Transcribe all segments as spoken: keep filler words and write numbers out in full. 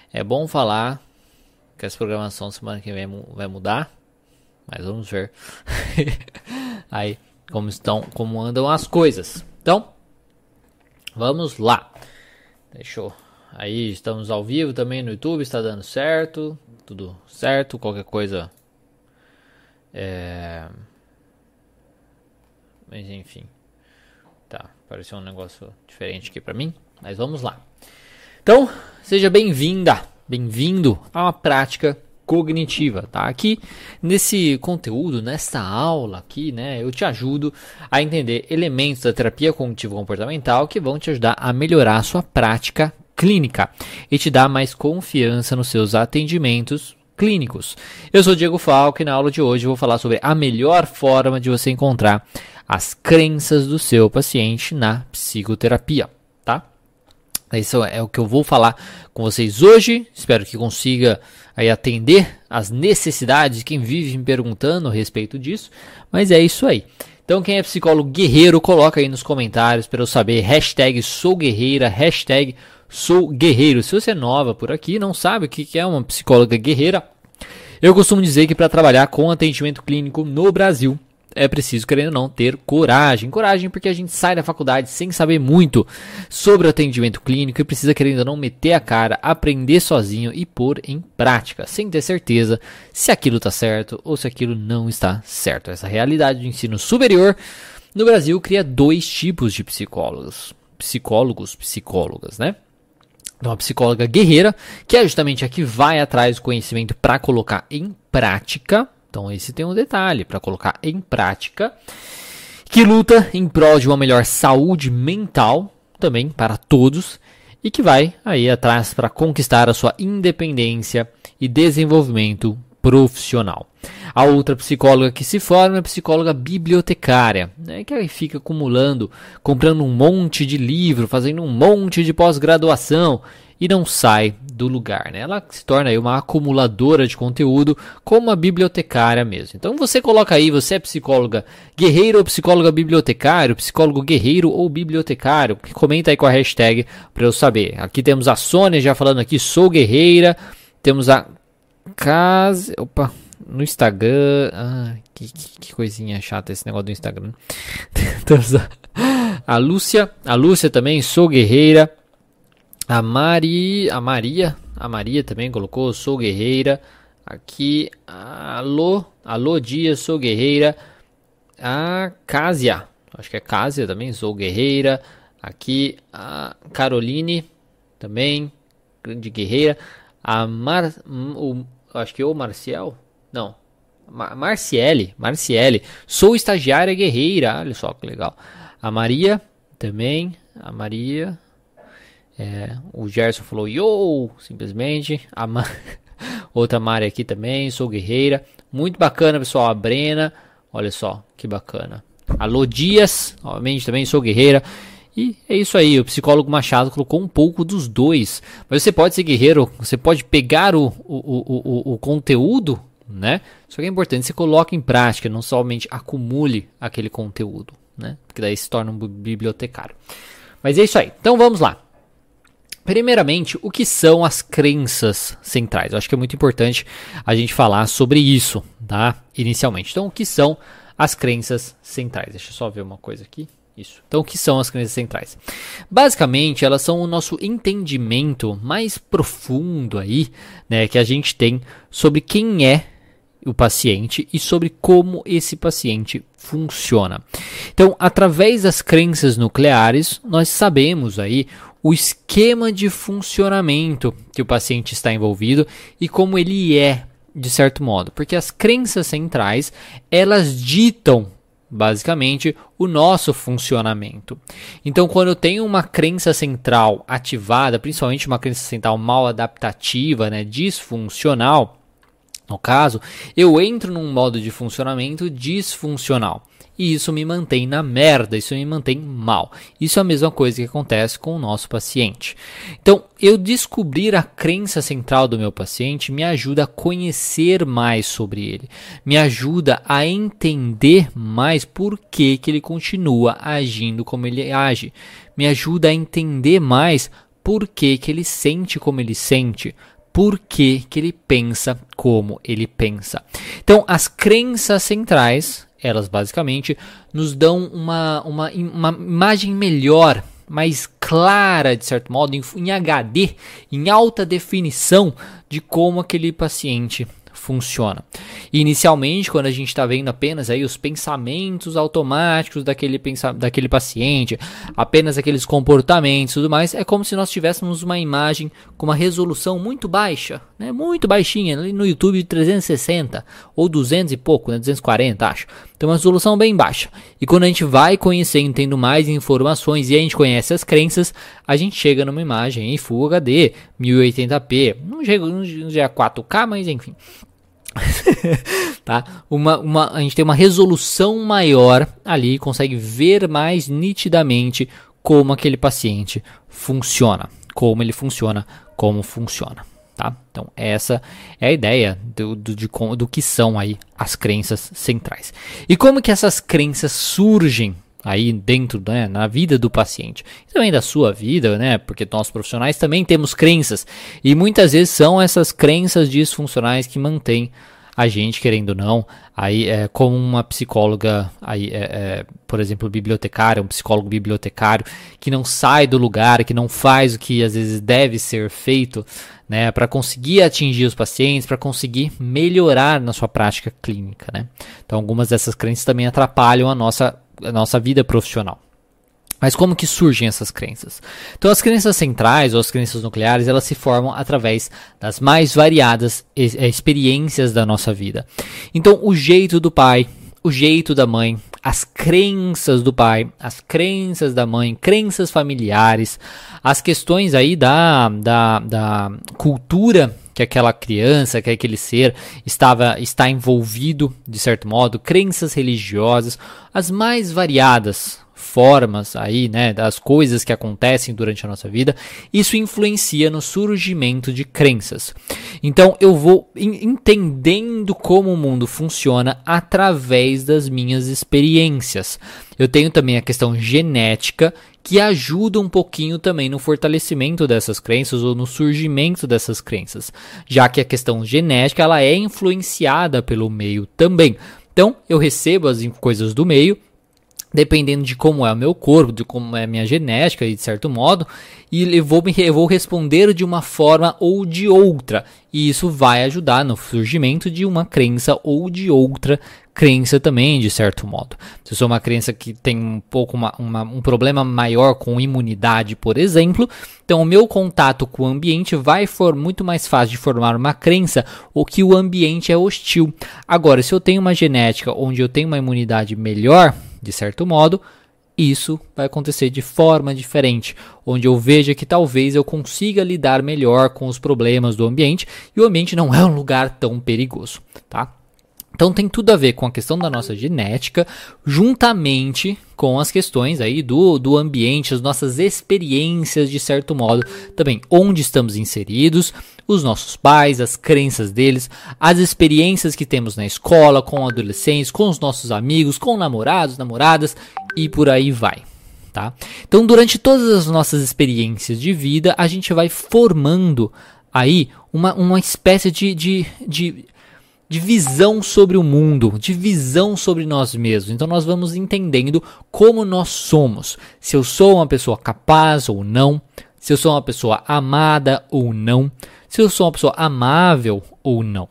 É bom falar que essa programação semana que vem vai mudar, mas vamos ver aí como estão, como andam as coisas. Então, vamos lá. Deixa eu... Aí estamos ao vivo também no YouTube, está dando certo, tudo certo, qualquer coisa. É... Mas enfim, tá, apareceu um negócio diferente aqui pra mim, mas vamos lá. Então, seja bem-vinda, bem-vindo a uma prática cognitiva, tá? Aqui nesse conteúdo, nesta aula aqui, né, eu te ajudo a entender elementos da terapia cognitivo-comportamental que vão te ajudar a melhorar a sua prática clínica e te dar mais confiança nos seus atendimentos clínicos. Eu sou Diego Falco e na aula de hoje eu vou falar sobre a melhor forma de você encontrar as crenças do seu paciente na psicoterapia, tá? Isso é o que eu vou falar com vocês hoje. Espero que consiga aí atender as necessidades de quem vive me perguntando a respeito disso, mas é isso aí. Então quem é psicólogo guerreiro, coloca aí nos comentários para eu saber, hashtag sou guerreira, hashtag sou guerreiro. Se você é nova por aqui, não sabe o que é uma psicóloga guerreira, eu costumo dizer que para trabalhar com atendimento clínico no Brasil, é preciso, querendo ou não, ter coragem. Coragem porque a gente sai da faculdade sem saber muito sobre o atendimento clínico e precisa, querendo ou não, meter a cara, aprender sozinho e pôr em prática, sem ter certeza se aquilo está certo ou se aquilo não está certo. Essa realidade do ensino superior no Brasil cria dois tipos de psicólogos. Psicólogos, psicólogas, né? Então, a psicóloga guerreira, que é justamente a que vai atrás do conhecimento para colocar em prática. Então, esse tem um detalhe, para colocar em prática, que luta em prol de uma melhor saúde mental, também para todos, e que vai aí atrás para conquistar a sua independência e desenvolvimento profissional. A outra psicóloga que se forma é a psicóloga bibliotecária, né, que aí fica acumulando, comprando um monte de livro, fazendo um monte de pós-graduação e não sai do lugar, né? Ela se torna aí uma acumuladora de conteúdo, como uma bibliotecária mesmo. Então você coloca aí, você é psicóloga guerreiro ou psicóloga bibliotecário, psicólogo guerreiro ou bibliotecário, comenta aí com a hashtag para eu saber. Aqui temos a Sônia já falando aqui, sou guerreira, temos a Case, opa, no Instagram, ah, que, que, que coisinha chata esse negócio do Instagram. Temos a, a Lúcia, a Lúcia também, sou guerreira. A Mari, a Maria, a Maria também colocou, sou guerreira. Aqui, alô, alô Dias, sou guerreira. A Cásia, acho que é Cásia também, sou guerreira. Aqui, a Caroline, também, grande guerreira. A Mar, o, acho que é o Marcial, não, Mar, Marciele, Marciele, sou estagiária guerreira, olha só que legal. A Maria, também, a Maria... É, o Gerson falou yo, simplesmente. A Ma... Outra Mari aqui também, sou guerreira. Muito bacana, pessoal. A Brena, olha só que bacana. Alô Dias, obviamente também sou guerreira. E é isso aí, o psicólogo Machado colocou um pouco dos dois. Mas você pode ser guerreiro, você pode pegar o, o, o, o, o conteúdo, né? Só que é importante que você coloque em prática, não somente acumule aquele conteúdo, né? Porque daí se torna um bibliotecário. Mas é isso aí, então vamos lá. Primeiramente, o que são as crenças centrais? Eu acho que é muito importante a gente falar sobre isso, tá? Inicialmente. Então, o que são as crenças centrais? Deixa eu só ver uma coisa aqui. Isso. Então, o que são as crenças centrais? Basicamente, elas são o nosso entendimento mais profundo aí, né, que a gente tem sobre quem é o paciente e sobre como esse paciente funciona. Então, através das crenças nucleares, nós sabemos aí o esquema de funcionamento que o paciente está envolvido e como ele é, de certo modo. Porque as crenças centrais, elas ditam, basicamente, o nosso funcionamento. Então, quando eu tenho uma crença central ativada, principalmente uma crença central mal adaptativa, né, disfuncional, no caso, eu entro num modo de funcionamento disfuncional. E isso me mantém na merda, isso me mantém mal. Isso é a mesma coisa que acontece com o nosso paciente. Então, eu descobrir a crença central do meu paciente me ajuda a conhecer mais sobre ele. Me ajuda a entender mais por que, que ele continua agindo como ele age. Me ajuda a entender mais por que, que ele sente como ele sente. por que que ele pensa como ele pensa. Então, as crenças centrais, elas basicamente nos dão uma, uma, uma imagem melhor, mais clara, de certo modo, em, em H D, em alta definição, de como aquele paciente funciona. E inicialmente, quando a gente está vendo apenas aí os pensamentos automáticos daquele, pensa, daquele paciente, apenas aqueles comportamentos e tudo mais, é como se nós tivéssemos uma imagem com uma resolução muito baixa, né? Muito baixinha, ali no YouTube de trezentos e sessenta ou duzentos e pouco, né? duzentos e quarenta, acho. Tem uma resolução bem baixa. E quando a gente vai conhecendo, tendo mais informações e a gente conhece as crenças, a gente chega numa imagem em Full H D, mil e oitenta p, não chega, não chega a quatro K, mas enfim. Tá? Uma, uma, a gente tem uma resolução maior ali, consegue ver mais nitidamente como aquele paciente funciona, como ele funciona, como funciona. Tá? Então essa é a ideia do, do, de, do que são aí as crenças centrais. E como que essas crenças surgem aí dentro, né, na vida do paciente, e também da sua vida, né, porque nós profissionais também temos crenças, e muitas vezes são essas crenças disfuncionais que mantêm a gente, querendo ou não, aí é, como uma psicóloga, aí, é, é, por exemplo, bibliotecária, um psicólogo bibliotecário, que não sai do lugar, que não faz o que às vezes deve ser feito, né, para conseguir atingir os pacientes, para conseguir melhorar na sua prática clínica, né. Então algumas dessas crenças também atrapalham a nossa a nossa vida profissional. Mas como que surgem essas crenças? Então as crenças centrais ou as crenças nucleares, elas se formam através das mais variadas experiências da nossa vida. Então o jeito do pai, o jeito da mãe, as crenças do pai, as crenças da mãe, crenças familiares, as questões aí da, da, da cultura que aquela criança, que aquele ser estava, está envolvido, de certo modo, crenças religiosas, as mais variadas formas aí, né, das coisas que acontecem durante a nossa vida, isso influencia no surgimento de crenças. Então eu vou entendendo como o mundo funciona através das minhas experiências. Eu tenho também a questão genética, que ajuda um pouquinho também no fortalecimento dessas crenças ou no surgimento dessas crenças, já que a questão genética ela é influenciada pelo meio também. Então eu recebo as coisas do meio, dependendo de como é o meu corpo, de como é a minha genética, e de certo modo, e eu vou, eu vou responder de uma forma ou de outra, e isso vai ajudar no surgimento de uma crença ou de outra crença também, de certo modo. Se eu sou uma crença que tem um pouco uma, uma, um problema maior com imunidade, por exemplo, então o meu contato com o ambiente vai for muito mais fácil de formar uma crença ou que o ambiente é hostil. Agora, se eu tenho uma genética onde eu tenho uma imunidade melhor, de certo modo, isso vai acontecer de forma diferente, onde eu veja que talvez eu consiga lidar melhor com os problemas do ambiente e o ambiente não é um lugar tão perigoso, tá? Então tem tudo a ver com a questão da nossa genética, juntamente com as questões aí do, do ambiente, as nossas experiências de certo modo, também onde estamos inseridos, os nossos pais, as crenças deles, as experiências que temos na escola, com adolescentes, com os nossos amigos, com namorados, namoradas e por aí vai. Tá? Então durante todas as nossas experiências de vida, a gente vai formando aí uma, uma espécie de... de, de de visão sobre o mundo, de visão sobre nós mesmos. Então nós vamos entendendo como nós somos. Se eu sou uma pessoa capaz ou não, se eu sou uma pessoa amada ou não, se eu sou uma pessoa amável ou não.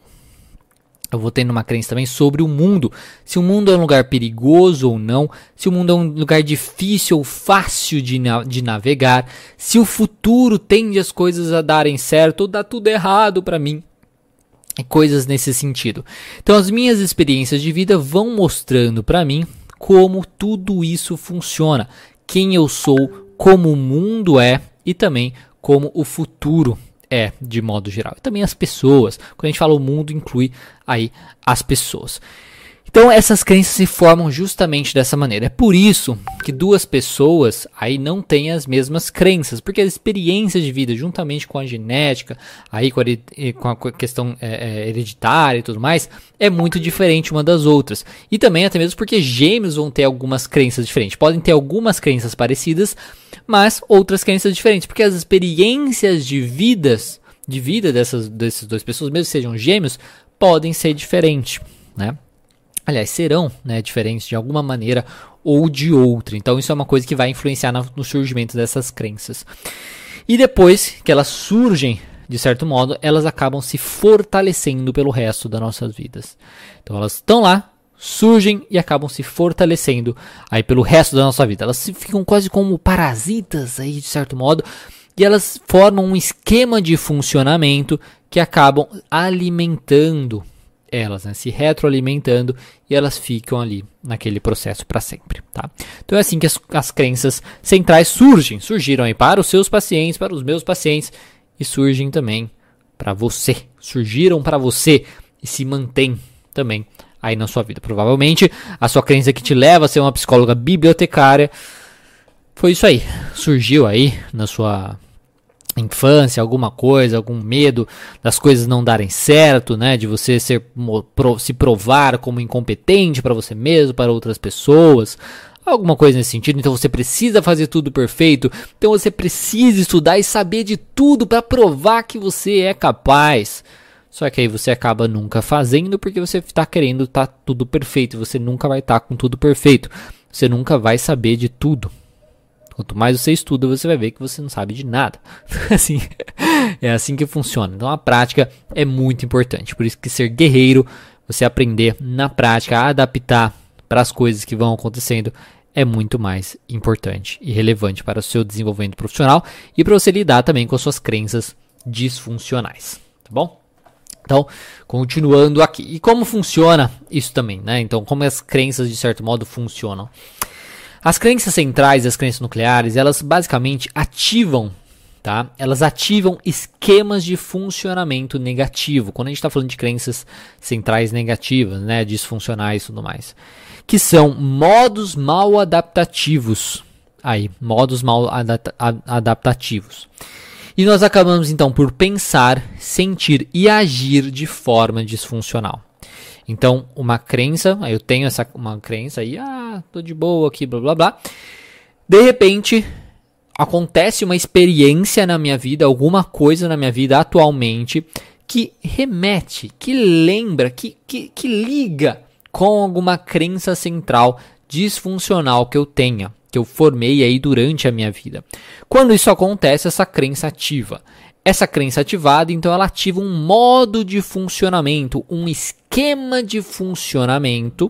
Eu vou tendo uma crença também sobre o mundo, se o mundo é um lugar perigoso ou não, se o mundo é um lugar difícil ou fácil de, na- de navegar, se o futuro tende as coisas a darem certo ou dá tudo errado para mim. Coisas nesse sentido. Então as minhas experiências de vida vão mostrando para mim como tudo isso funciona, quem eu sou, como o mundo é e também como o futuro é de modo geral. E também as pessoas. Quando a gente fala o mundo, inclui aí as pessoas. Então essas crenças se formam justamente dessa maneira. É por isso que duas pessoas aí não têm as mesmas crenças, porque as experiências de vida, juntamente com a genética, aí com a, com a questão é, é, hereditária e tudo mais, é muito diferente uma das outras. E também até mesmo porque gêmeos vão ter algumas crenças diferentes. Podem ter algumas crenças parecidas, mas outras crenças diferentes, porque as experiências de vidas de vida dessas, dessas duas pessoas, mesmo que sejam gêmeos, podem ser diferentes, né? Aliás, serão, né, diferentes de alguma maneira ou de outra. Então isso é uma coisa que vai influenciar no, no surgimento dessas crenças. E depois que elas surgem, de certo modo, elas acabam se fortalecendo pelo resto das nossas vidas. Então elas estão lá, surgem e acabam se fortalecendo aí pelo resto da nossa vida. Elas ficam quase como parasitas aí, de certo modo, e elas formam um esquema de funcionamento que acabam alimentando elas, né, se retroalimentando, e elas ficam ali naquele processo para sempre, tá? Então é assim que as, as crenças centrais surgem, surgiram aí para os seus pacientes, para os meus pacientes, e surgem também para você, surgiram para você e se mantêm também aí na sua vida. Provavelmente a sua crença que te leva a ser uma psicóloga bibliotecária foi isso aí, surgiu aí na sua infância, alguma coisa, algum medo das coisas não darem certo, né, de você ser, se provar como incompetente para você mesmo, para outras pessoas, alguma coisa nesse sentido. Então você precisa fazer tudo perfeito, então você precisa estudar e saber de tudo para provar que você é capaz. Só que aí você acaba nunca fazendo porque você está querendo estar tá tudo perfeito, você nunca vai estar tá com tudo perfeito, você nunca vai saber de tudo. Quanto mais você estuda, você vai ver que você não sabe de nada. Assim, é assim que funciona. Então a prática é muito importante. Por isso que ser guerreiro, você aprender na prática a adaptar para as coisas que vão acontecendo, é muito mais importante e relevante para o seu desenvolvimento profissional e para você lidar também com as suas crenças disfuncionais. Tá bom? Então, continuando aqui. E como funciona isso também, né? Então, como as crenças, de certo modo, funcionam? As crenças centrais e as crenças nucleares, elas basicamente ativam, tá? Elas ativam esquemas de funcionamento negativo. Quando a gente está falando de crenças centrais negativas, né, disfuncionais e tudo mais, que são modos mal adaptativos. Aí, modos mal adapta- adaptativos. E nós acabamos então por pensar, sentir e agir de forma disfuncional. Então, uma crença, eu tenho essa uma crença aí, ah, tô de boa aqui, blá blá blá. De repente, acontece uma experiência na minha vida, alguma coisa na minha vida atualmente que remete, que lembra, que, que, que liga com alguma crença central disfuncional que eu tenha, que eu formei aí durante a minha vida. Quando isso acontece, essa crença ativa. Essa crença ativada, então, ela ativa um modo de funcionamento, um esquema de funcionamento,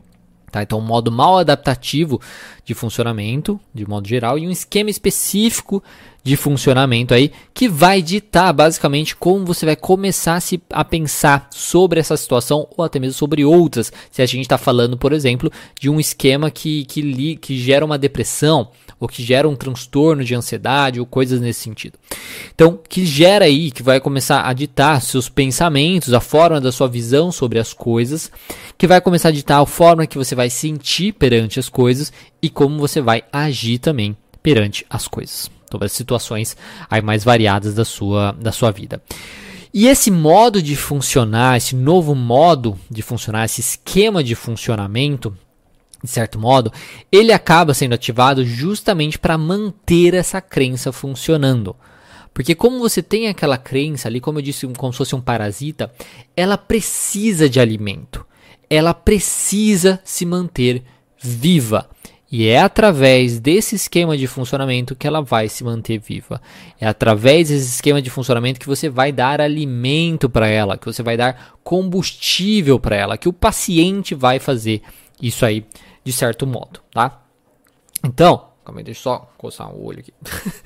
tá? Então, um modo mal adaptativo de funcionamento, de modo geral, e um esquema específico de funcionamento aí, que vai ditar, basicamente, como você vai começar a, se, a pensar sobre essa situação, ou até mesmo sobre outras, se a gente está falando, por exemplo, de um esquema que, que, li, que gera uma depressão, ou que gera um transtorno de ansiedade, ou coisas nesse sentido. Então, que gera aí, que vai começar a ditar seus pensamentos, a forma da sua visão sobre as coisas, que vai começar a ditar a forma que você vai sentir perante as coisas e como você vai agir também perante as coisas. Sobre as situações aí mais variadas da sua, da sua vida. E esse modo de funcionar, esse novo modo de funcionar, esse esquema de funcionamento, de certo modo, ele acaba sendo ativado justamente para manter essa crença funcionando. Porque como você tem aquela crença ali, como eu disse, como se fosse um parasita, ela precisa de alimento. Ela precisa se manter viva. E é através desse esquema de funcionamento que ela vai se manter viva. É através desse esquema de funcionamento que você vai dar alimento para ela, que você vai dar combustível para ela, que o paciente vai fazer isso aí de certo modo, tá? Então, calma aí, deixa eu só coçar o olho aqui.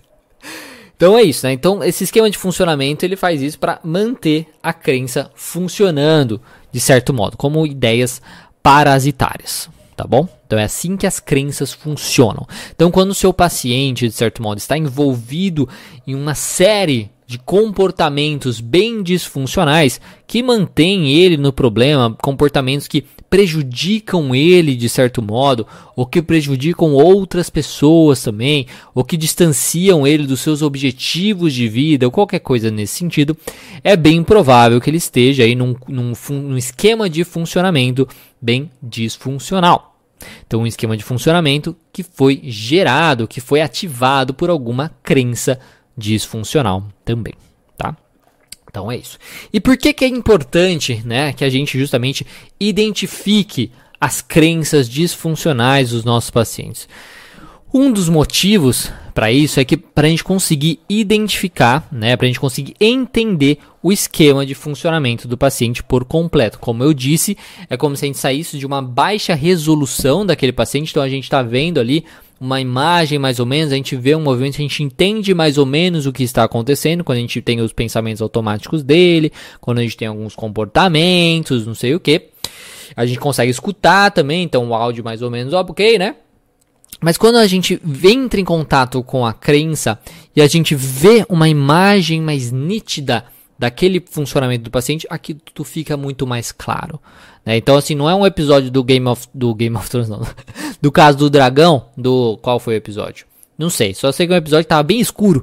Então é isso, né? Então esse esquema de funcionamento, ele faz isso para manter a crença funcionando de certo modo, como ideias parasitárias, tá bom? Então é assim que as crenças funcionam. Então quando o seu paciente, de certo modo, está envolvido em uma série de comportamentos bem disfuncionais que mantêm ele no problema, comportamentos que prejudicam ele de certo modo, ou que prejudicam outras pessoas também, ou que distanciam ele dos seus objetivos de vida, ou qualquer coisa nesse sentido, é bem provável que ele esteja aí num, num, num esquema de funcionamento bem disfuncional. Então, um esquema de funcionamento que foi gerado, que foi ativado por alguma crença disfuncional também, tá? Então é isso. E por que que é importante, né, que a gente justamente identifique as crenças disfuncionais dos nossos pacientes? Um dos motivos para isso é que para a gente conseguir identificar, né, para a gente conseguir entender o esquema de funcionamento do paciente por completo. Como eu disse, é como se a gente saísse de uma baixa resolução daquele paciente, então a gente está vendo ali uma imagem mais ou menos, a gente vê um movimento, a gente entende mais ou menos o que está acontecendo, quando a gente tem os pensamentos automáticos dele, quando a gente tem alguns comportamentos, não sei o que. A gente consegue escutar também, então o áudio mais ou menos, ok, né? Mas quando a gente entra em contato com a crença e a gente vê uma imagem mais nítida daquele funcionamento do paciente, aqui tudo fica muito mais claro, né? Então, assim, não é um episódio do Game of, do Game of Thrones, não. Do caso do dragão, do... Qual foi o episódio? Não sei, só sei que o episódio tava bem escuro.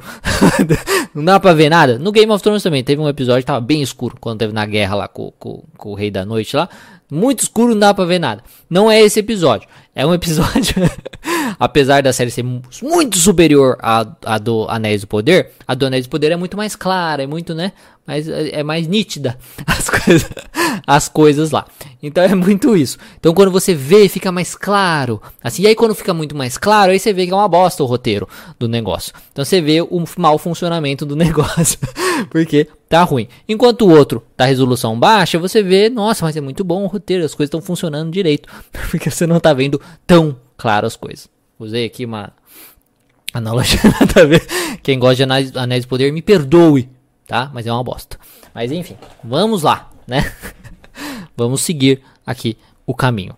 Não dá pra ver nada. No Game of Thrones também teve um episódio que tava bem escuro, quando teve na guerra lá com, com, com o Rei da Noite lá. Muito escuro, não dá pra ver nada. Não é esse episódio. É um episódio, apesar da série ser muito superior à, à do Anéis do Poder, a do Anéis do Poder é muito mais clara, é muito, né, mais, é mais nítida as coisas, as coisas lá. Então é muito isso. Então quando você vê, fica mais claro. Assim, e aí quando fica muito mais claro, aí você vê que é uma bosta o roteiro do negócio. Então você vê o mau funcionamento do negócio, porque tá ruim. Enquanto o outro tá resolução baixa, você vê, nossa, mas é muito bom o roteiro, as coisas estão funcionando direito, porque você não tá vendo tão claro as coisas. Usei aqui uma analogia, nada a ver. Quem gosta de Anéis, Anéis do Poder, me perdoe, tá? Mas é uma bosta. Mas enfim, vamos lá, né? Vamos seguir aqui o caminho.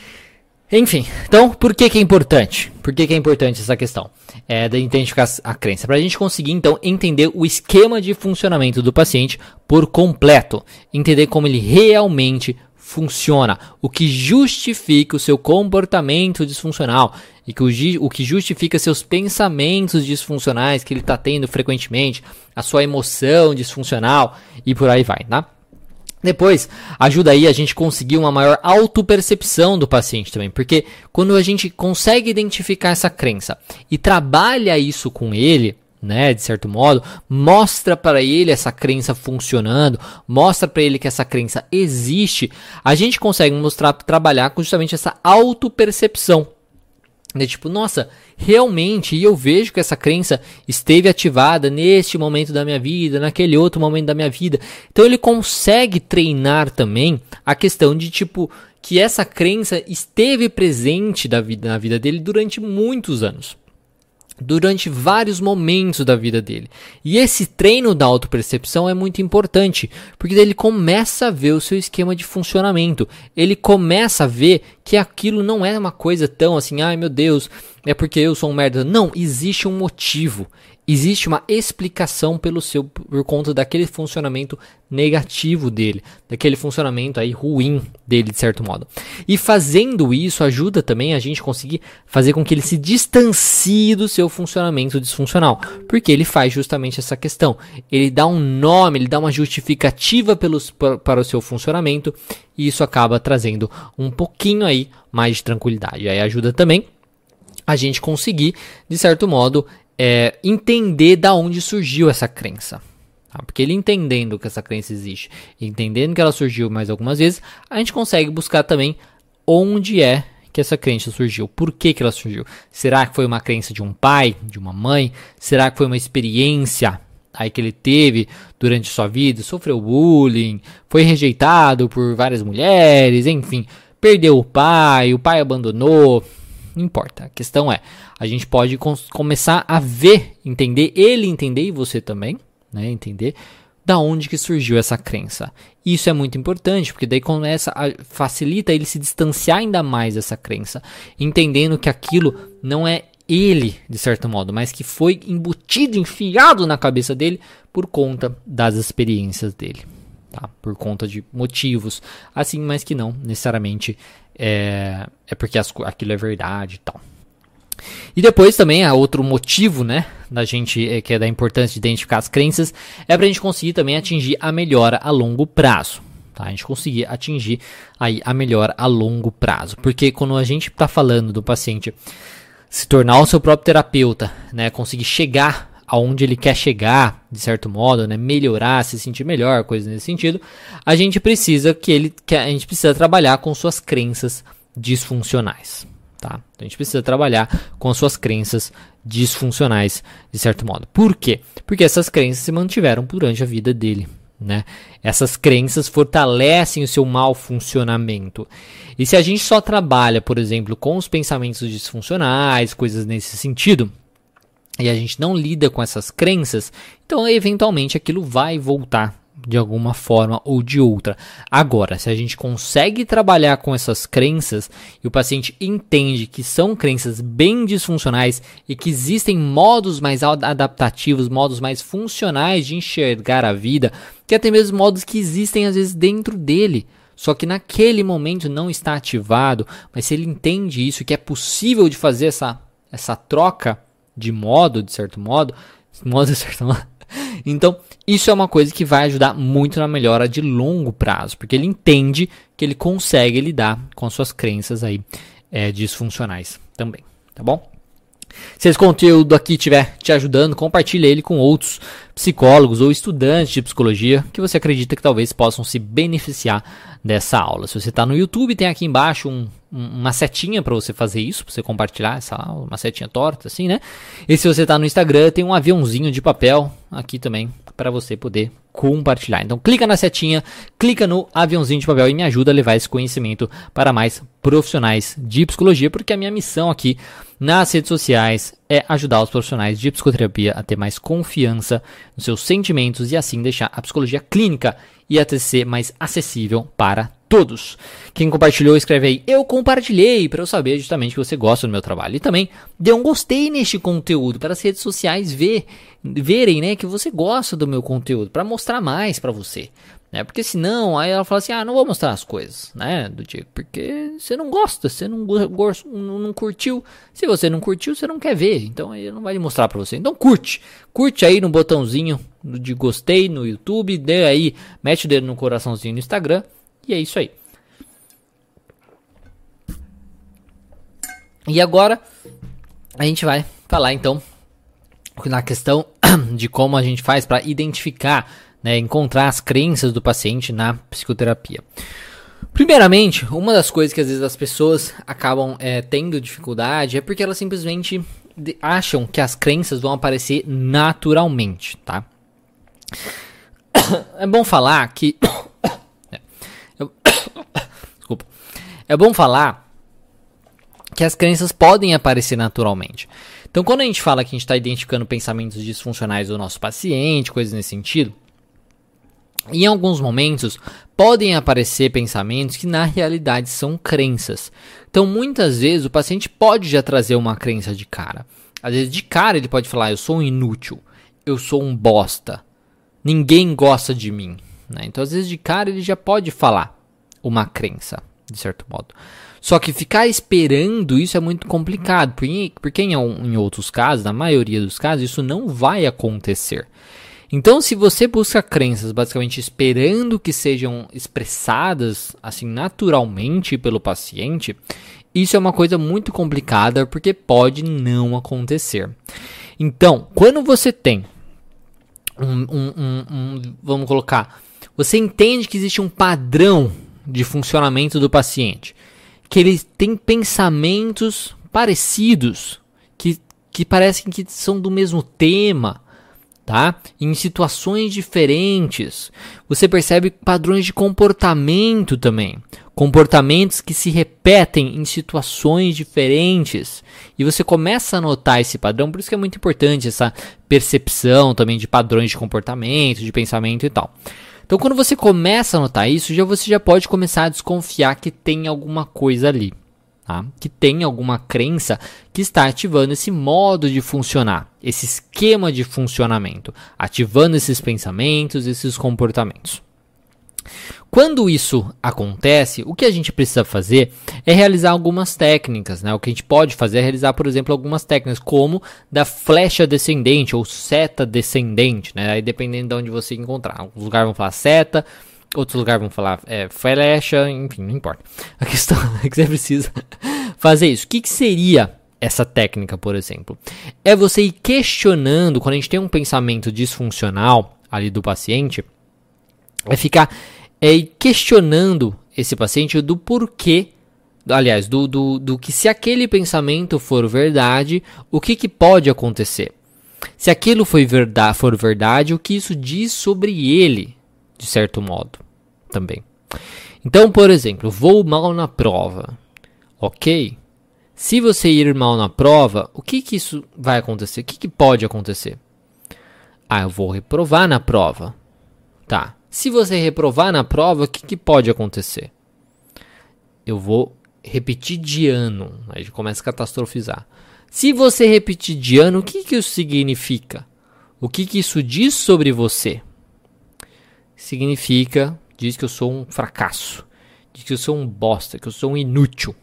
Enfim, então, por que que é importante? Por que que é importante essa questão? É, de identificar a crença. Para a gente conseguir, então, entender o esquema de funcionamento do paciente por completo. Entender como ele realmente funciona. O que justifica o seu comportamento disfuncional. E que o, o que justifica seus pensamentos disfuncionais que ele está tendo frequentemente. A sua emoção disfuncional e por aí vai, tá? Depois, ajuda aí a gente conseguir uma maior autopercepção do paciente também, porque quando a gente consegue identificar essa crença e trabalha isso com ele, né, de certo modo, mostra para ele essa crença funcionando, mostra para ele que essa crença existe, a gente consegue mostrar, trabalhar com justamente essa autopercepção. É tipo, nossa, realmente, e eu vejo que essa crença esteve ativada neste momento da minha vida, naquele outro momento da minha vida. Então ele consegue treinar também a questão de tipo, que essa crença esteve presente da vida, na vida dele durante muitos anos. Durante vários momentos da vida dele. E esse treino da autopercepção é muito importante, porque ele começa a ver o seu esquema de funcionamento. Ele começa a ver que aquilo não é uma coisa tão assim, ai meu Deus, é porque eu sou um merda. Não, existe um motivo. Existe uma explicação pelo seu, por conta daquele funcionamento negativo dele, daquele funcionamento aí ruim dele, de certo modo. E fazendo isso ajuda também a gente conseguir fazer com que ele se distancie do seu funcionamento disfuncional, porque ele faz justamente essa questão. Ele dá um nome, ele dá uma justificativa pelos, para o seu funcionamento, e isso acaba trazendo um pouquinho aí mais de tranquilidade. E aí ajuda também a gente conseguir, de certo modo, É, entender da onde surgiu essa crença, tá? Porque ele entendendo que essa crença existe, entendendo que ela surgiu mais algumas vezes, a gente consegue buscar também onde é que essa crença surgiu, por que que ela surgiu. Será que foi uma crença de um pai, de uma mãe? Será que foi uma experiência aí que ele teve durante sua vida, sofreu bullying, foi rejeitado por várias mulheres, enfim, perdeu o pai, o pai abandonou? Não importa, a questão é, a gente pode com- começar a ver, entender, ele entender e você também, né, entender da onde que surgiu essa crença. Isso é muito importante, porque daí começa a, facilita ele se distanciar ainda mais dessa crença, entendendo que aquilo não é ele, de certo modo, mas que foi embutido, enfiado na cabeça dele por conta das experiências dele. Tá? Por conta de motivos, assim, mas que não necessariamente é, é porque as, aquilo é verdade e tal. E depois também, há outro motivo, né, da gente, é, que é da importância de identificar as crenças, é para a gente conseguir também atingir a melhora a longo prazo. Tá? A gente conseguir atingir aí a melhora a longo prazo. Porque quando a gente está falando do paciente se tornar o seu próprio terapeuta, né, conseguir chegar aonde ele quer chegar, de certo modo, né, melhorar, se sentir melhor, coisas nesse sentido, a gente precisa que ele, que a gente precisa trabalhar com suas crenças disfuncionais, tá? Então a gente precisa trabalhar com suas crenças disfuncionais, de certo modo. Por quê? Porque essas crenças se mantiveram durante a vida dele, né? Essas crenças fortalecem o seu mau funcionamento. E se a gente só trabalha, por exemplo, com os pensamentos disfuncionais, coisas nesse sentido, e a gente não lida com essas crenças, então eventualmente aquilo vai voltar de alguma forma ou de outra. Agora, se a gente consegue trabalhar com essas crenças e o paciente entende que são crenças bem disfuncionais e que existem modos mais adaptativos, modos mais funcionais de enxergar a vida, que até mesmo modos que existem às vezes dentro dele, só que naquele momento não está ativado, mas se ele entende isso, que é possível de fazer essa, essa troca de modo, de certo modo, modo de certo modo, então isso é uma coisa que vai ajudar muito na melhora de longo prazo, porque ele entende que ele consegue lidar com suas crenças aí é, disfuncionais também, tá bom? Se esse conteúdo aqui estiver te ajudando, compartilhe ele com outros psicólogos ou estudantes de psicologia que você acredita que talvez possam se beneficiar dessa aula. Se você está no YouTube, tem aqui embaixo um, um, uma setinha para você fazer isso, para você compartilhar essa aula, uma setinha torta assim, né? E se você está no Instagram, tem um aviãozinho de papel aqui também para você poder compartilhar. Então clica na setinha, clica no aviãozinho de papel e me ajuda a levar esse conhecimento para mais profissionais de psicologia, porque a minha missão aqui nas redes sociais é ajudar os profissionais de psicoterapia a ter mais confiança nos seus sentimentos e assim deixar a psicologia clínica e a T C mais acessível para todos. Quem compartilhou, escreve aí, eu compartilhei, para eu saber justamente que você gosta do meu trabalho. E também dê um gostei neste conteúdo, para as redes sociais ver, verem, né, que você gosta do meu conteúdo, para mostrar mais para você. Né? Porque senão, aí ela fala assim, ah, não vou mostrar as coisas, né, do tipo, porque você não gosta, você não, não, não curtiu. Se você não curtiu, você não quer ver, então aí não vai mostrar para você. Então curte, curte aí no botãozinho de gostei no YouTube, dê aí, mete o dedo no coraçãozinho no Instagram, e é isso aí. E agora a gente vai falar então na questão de como a gente faz para identificar, né, encontrar as crenças do paciente na psicoterapia. Primeiramente, uma das coisas que às vezes as pessoas acabam é, tendo dificuldade é porque elas simplesmente acham que as crenças vão aparecer naturalmente, tá? É bom falar que Desculpa. É bom falar que as crenças podem aparecer naturalmente. Então, quando a gente fala que a gente está identificando pensamentos disfuncionais do nosso paciente, coisas nesse sentido, em alguns momentos podem aparecer pensamentos que na realidade são crenças. Então, muitas vezes o paciente pode já trazer uma crença de cara. Às vezes, de cara, ele pode falar, eu sou um inútil, eu sou um bosta, ninguém gosta de mim. Né? Então, às vezes, de cara, ele já pode falar uma crença, de certo modo. Só que ficar esperando isso é muito complicado, porque, porque em, em outros casos, na maioria dos casos, isso não vai acontecer. Então, se você busca crenças basicamente esperando que sejam expressadas assim naturalmente pelo paciente, isso é uma coisa muito complicada, porque pode não acontecer. Então, quando você tem um, um, um, um vamos colocar, você entende que existe um padrão de funcionamento do paciente, que ele tem pensamentos parecidos, que, que parecem que são do mesmo tema, tá? Em situações diferentes. Você percebe padrões de comportamento também, comportamentos que se repetem em situações diferentes, e você começa a notar esse padrão. Por isso que é muito importante essa percepção também de padrões de comportamento, de pensamento e tal. Então, quando você começa a notar isso, já você já pode começar a desconfiar que tem alguma coisa ali, tá? Que tem alguma crença que está ativando esse modo de funcionar, esse esquema de funcionamento, ativando esses pensamentos, esses comportamentos. Quando isso acontece, o que a gente precisa fazer é realizar algumas técnicas, né? O que a gente pode fazer é realizar, por exemplo, algumas técnicas como da flecha descendente ou seta descendente, né? Aí dependendo de onde você encontrar. Alguns lugares vão falar seta, outros lugares vão falar é, flecha, enfim, não importa. A questão é que você precisa fazer isso. O que, que seria essa técnica, por exemplo? É você ir questionando, quando a gente tem um pensamento disfuncional ali do paciente, é ficar é ir questionando esse paciente do porquê, aliás, do, do, do que se aquele pensamento for verdade, o que, que pode acontecer? Se aquilo foi verdade, for verdade, o que isso diz sobre ele, de certo modo, também. Então, por exemplo, vou mal na prova, ok? Se você ir mal na prova, o que, que isso vai acontecer? O que, que pode acontecer? Ah, eu vou reprovar na prova. Tá. Se você reprovar na prova, o que, que pode acontecer? Eu vou repetir de ano. Aí começa a catastrofizar. Se você repetir de ano, o que, que isso significa? O que, que isso diz sobre você? Significa, diz que eu sou um fracasso. Diz que eu sou um bosta, que eu sou um inútil.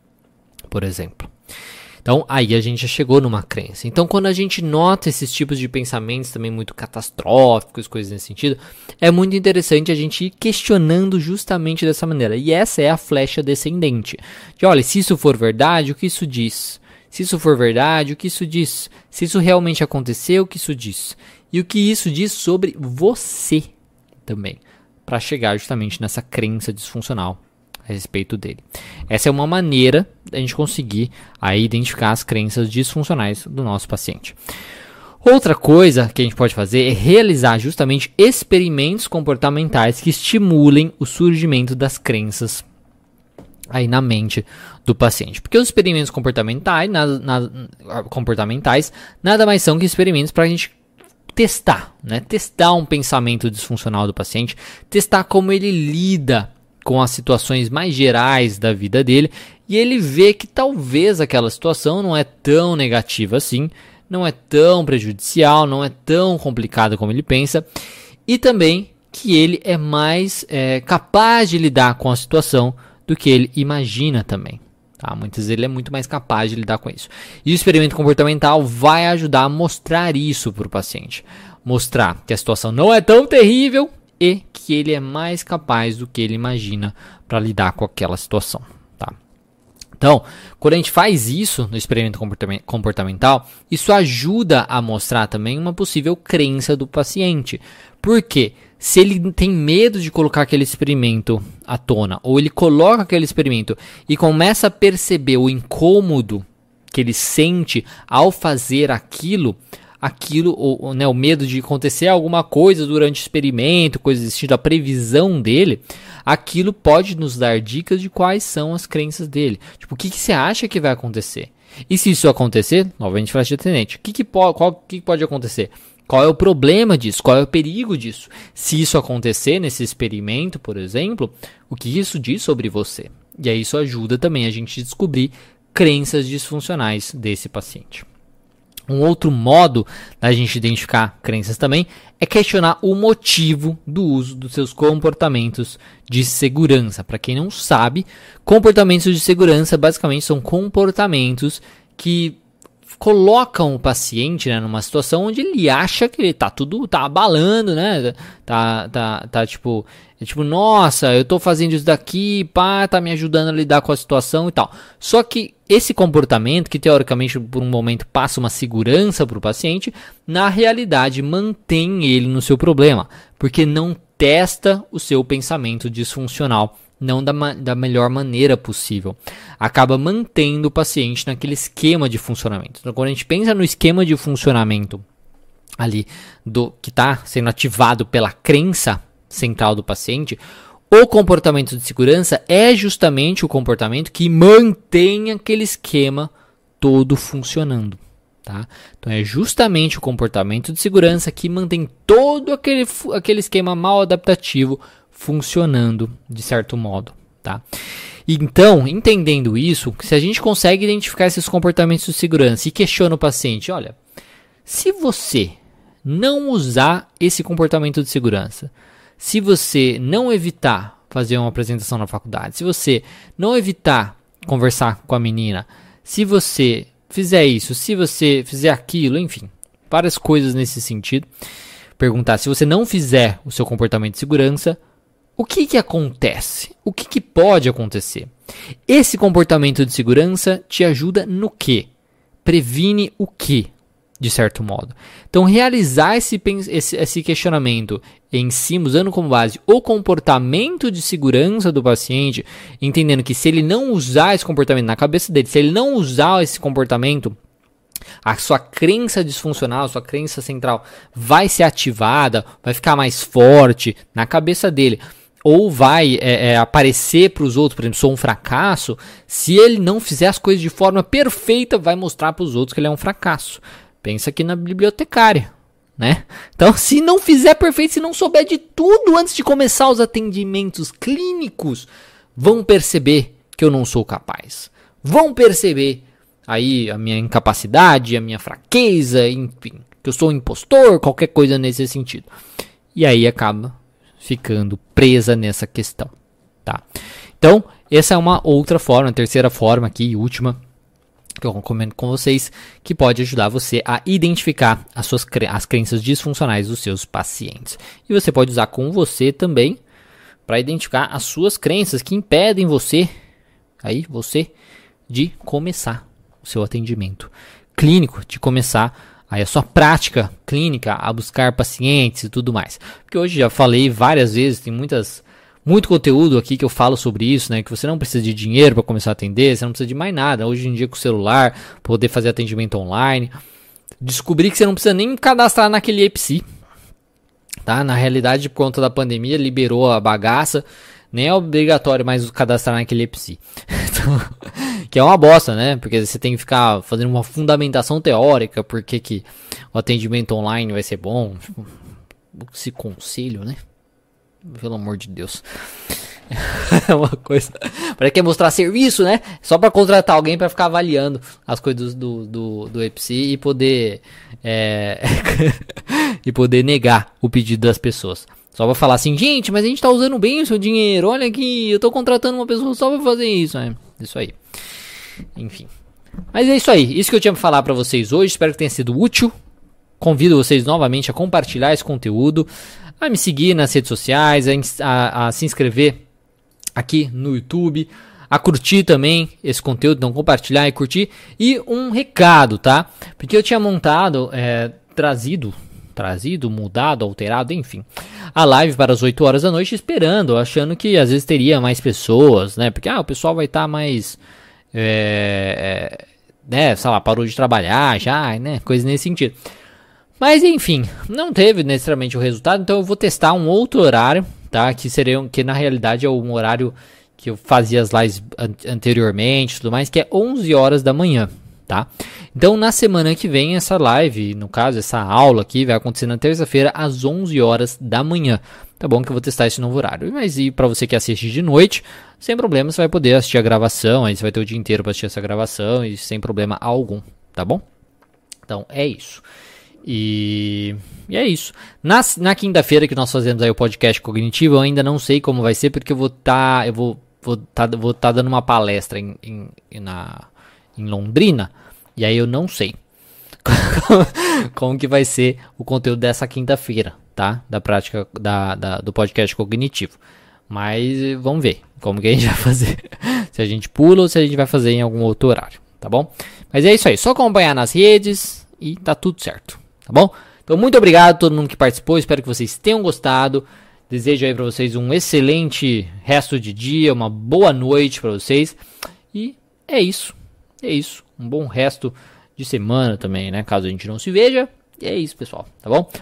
Por exemplo. Então, aí a gente já chegou numa crença. Então, quando a gente nota esses tipos de pensamentos também muito catastróficos, coisas nesse sentido, é muito interessante a gente ir questionando justamente dessa maneira. E essa é a flecha descendente. De, olha, se isso for verdade, o que isso diz? Se isso for verdade, o que isso diz? Se isso realmente aconteceu, o que isso diz? E o que isso diz sobre você também, para chegar justamente nessa crença disfuncional a respeito dele. Essa é uma maneira da gente conseguir aí identificar as crenças disfuncionais do nosso paciente. Outra coisa que a gente pode fazer é realizar justamente experimentos comportamentais que estimulem o surgimento das crenças aí na mente do paciente. Porque os experimentos comportamentais nada, nada, comportamentais nada mais são que experimentos para a gente testar, né? Testar um pensamento disfuncional do paciente, testar como ele lida com as situações mais gerais da vida dele, e ele vê que talvez aquela situação não é tão negativa assim, não é tão prejudicial, não é tão complicada como ele pensa, e também que ele é mais é, capaz de lidar com a situação do que ele imagina também. Tá? Muitas vezes ele é muito mais capaz de lidar com isso. E o experimento comportamental vai ajudar a mostrar isso para o paciente. Mostrar que a situação não é tão terrível e que ele é mais capaz do que ele imagina para lidar com aquela situação. Tá? Então, quando a gente faz isso no experimento comportamental, isso ajuda a mostrar também uma possível crença do paciente. Por quê? Se ele tem medo de colocar aquele experimento à tona, ou ele coloca aquele experimento e começa a perceber o incômodo que ele sente ao fazer aquilo, aquilo, ou, né, o medo de acontecer alguma coisa durante o experimento, coisas desse tipo, a previsão dele, aquilo pode nos dar dicas de quais são as crenças dele. Tipo, o que, que você acha que vai acontecer? E se isso acontecer, novamente flecha descendente, o que, que, po- qual, que pode acontecer? Qual é o problema disso? Qual é o perigo disso? Se isso acontecer nesse experimento, por exemplo, o que isso diz sobre você? E aí isso ajuda também a gente a descobrir crenças disfuncionais desse paciente. Um outro modo da gente identificar crenças também é questionar o motivo do uso dos seus comportamentos de segurança. Para quem não sabe, comportamentos de segurança basicamente são comportamentos que colocam o paciente, né, numa situação onde ele acha que ele tá tudo tá abalando, né? Tá, tá, tá tipo, é tipo, nossa, eu tô fazendo isso daqui, pá, tá me ajudando a lidar com a situação e tal. Só que esse comportamento, que teoricamente por um momento passa uma segurança para o paciente, na realidade mantém ele no seu problema, porque não testa o seu pensamento disfuncional, não da, da melhor maneira possível. Acaba mantendo o paciente naquele esquema de funcionamento. Então, quando a gente pensa no esquema de funcionamento ali do que está sendo ativado pela crença central do paciente, o comportamento de segurança é justamente o comportamento que mantém aquele esquema todo funcionando. Tá? Então é justamente o comportamento de segurança que mantém todo aquele, aquele esquema mal adaptativo funcionando de certo modo. Tá? Então, entendendo isso, se a gente consegue identificar esses comportamentos de segurança e questiona o paciente, olha, se você não usar esse comportamento de segurança, se você não evitar fazer uma apresentação na faculdade, se você não evitar conversar com a menina, se você fizer isso, se você fizer aquilo, enfim, várias coisas nesse sentido, perguntar se você não fizer o seu comportamento de segurança, o que que acontece? O que que pode acontecer? Esse comportamento de segurança te ajuda no quê? previne o quê? De certo modo. Então, realizar esse, esse, esse questionamento em cima, usando como base o comportamento de segurança do paciente, entendendo que se ele não usar esse comportamento na cabeça dele, se ele não usar esse comportamento, a sua crença disfuncional, a sua crença central vai ser ativada, vai ficar mais forte na cabeça dele, ou vai é, é, aparecer para os outros, por exemplo, sou um fracasso. Se ele não fizer as coisas de forma perfeita, vai mostrar para os outros que ele é um fracasso. Pensa aqui na bibliotecária, né? Então, se não fizer perfeito, se não souber de tudo antes de começar os atendimentos clínicos, vão perceber que eu não sou capaz. Vão perceber aí a minha incapacidade, a minha fraqueza, enfim, que eu sou um impostor, qualquer coisa nesse sentido. E aí acaba ficando presa nessa questão, tá? Então, essa é uma outra forma, a terceira forma aqui, última, que eu recomendo com vocês, que pode ajudar você a identificar as suas cre- as crenças disfuncionais dos seus pacientes. E você pode usar com você também para identificar as suas crenças que impedem você, aí você, de começar o seu atendimento clínico, de começar aí a sua prática clínica, a buscar pacientes e tudo mais. Porque hoje já falei várias vezes, tem muitas, muito conteúdo aqui que eu falo sobre isso, né? Que você não precisa de dinheiro para começar a atender, você não precisa de mais nada. Hoje em dia com o celular, poder fazer atendimento online. Descobri que você não precisa nem cadastrar naquele E P S I, tá? Na realidade, por conta da pandemia, liberou a bagaça. Nem é obrigatório mais cadastrar naquele E P S I. Então, que é uma bosta, né? Porque você tem que ficar fazendo uma fundamentação teórica, porque que o atendimento online vai ser bom. Esse conselho, né? Pelo amor de Deus. É uma coisa. Para que mostrar serviço, né? Só para contratar alguém para ficar avaliando as coisas do, do, do E P S I e poder é, e poder negar o pedido das pessoas. Só pra falar assim, gente, mas a gente tá usando bem o seu dinheiro. Olha aqui, eu tô contratando uma pessoa só pra fazer isso, né? Isso aí. Enfim. Mas é isso aí. Isso que eu tinha pra falar pra vocês hoje. Espero que tenha sido útil. Convido vocês novamente a compartilhar esse conteúdo, a me seguir nas redes sociais, a, a, a se inscrever aqui no YouTube, a curtir também esse conteúdo, então compartilhar e curtir. E um recado, tá? Porque eu tinha montado, é, trazido... trazido, mudado, alterado, enfim, a live para as oito horas da noite, esperando, achando que às vezes teria mais pessoas, né, porque ah, o pessoal vai estar tá mais, é, é, né, sei lá, parou de trabalhar já, né, coisa nesse sentido. Mas enfim, não teve necessariamente o resultado, então eu vou testar um outro horário, tá, que seria, que na realidade é um horário que eu fazia as lives an- anteriormente, tudo mais, que é onze horas da manhã. Tá? Então na semana que vem essa live, no caso essa aula aqui vai acontecer na terça-feira às onze horas da manhã, tá bom? Que eu vou testar esse novo horário. Mas e para você que assiste de noite, sem problema, você vai poder assistir a gravação, aí você vai ter o dia inteiro para assistir essa gravação e sem problema algum, tá bom? Então é isso. E, e é isso. Na, na quinta-feira que nós fazemos aí o podcast cognitivo, eu ainda não sei como vai ser, porque eu vou estar tá, eu vou vou tá, vou tá dando uma palestra em, em, na em Londrina, e aí eu não sei como que vai ser o conteúdo dessa quinta-feira, tá? Da prática da, da, do podcast cognitivo. Mas vamos ver como que a gente vai fazer. Se a gente pula ou se a gente vai fazer em algum outro horário, tá bom? Mas é isso aí, só acompanhar nas redes e tá tudo certo, tá bom? Então muito obrigado a todo mundo que participou, espero que vocês tenham gostado. Desejo aí pra vocês um excelente resto de dia, uma boa noite pra vocês. E é isso. É isso, um bom resto de semana também, né? Caso a gente não se veja. E é isso, pessoal, tá bom?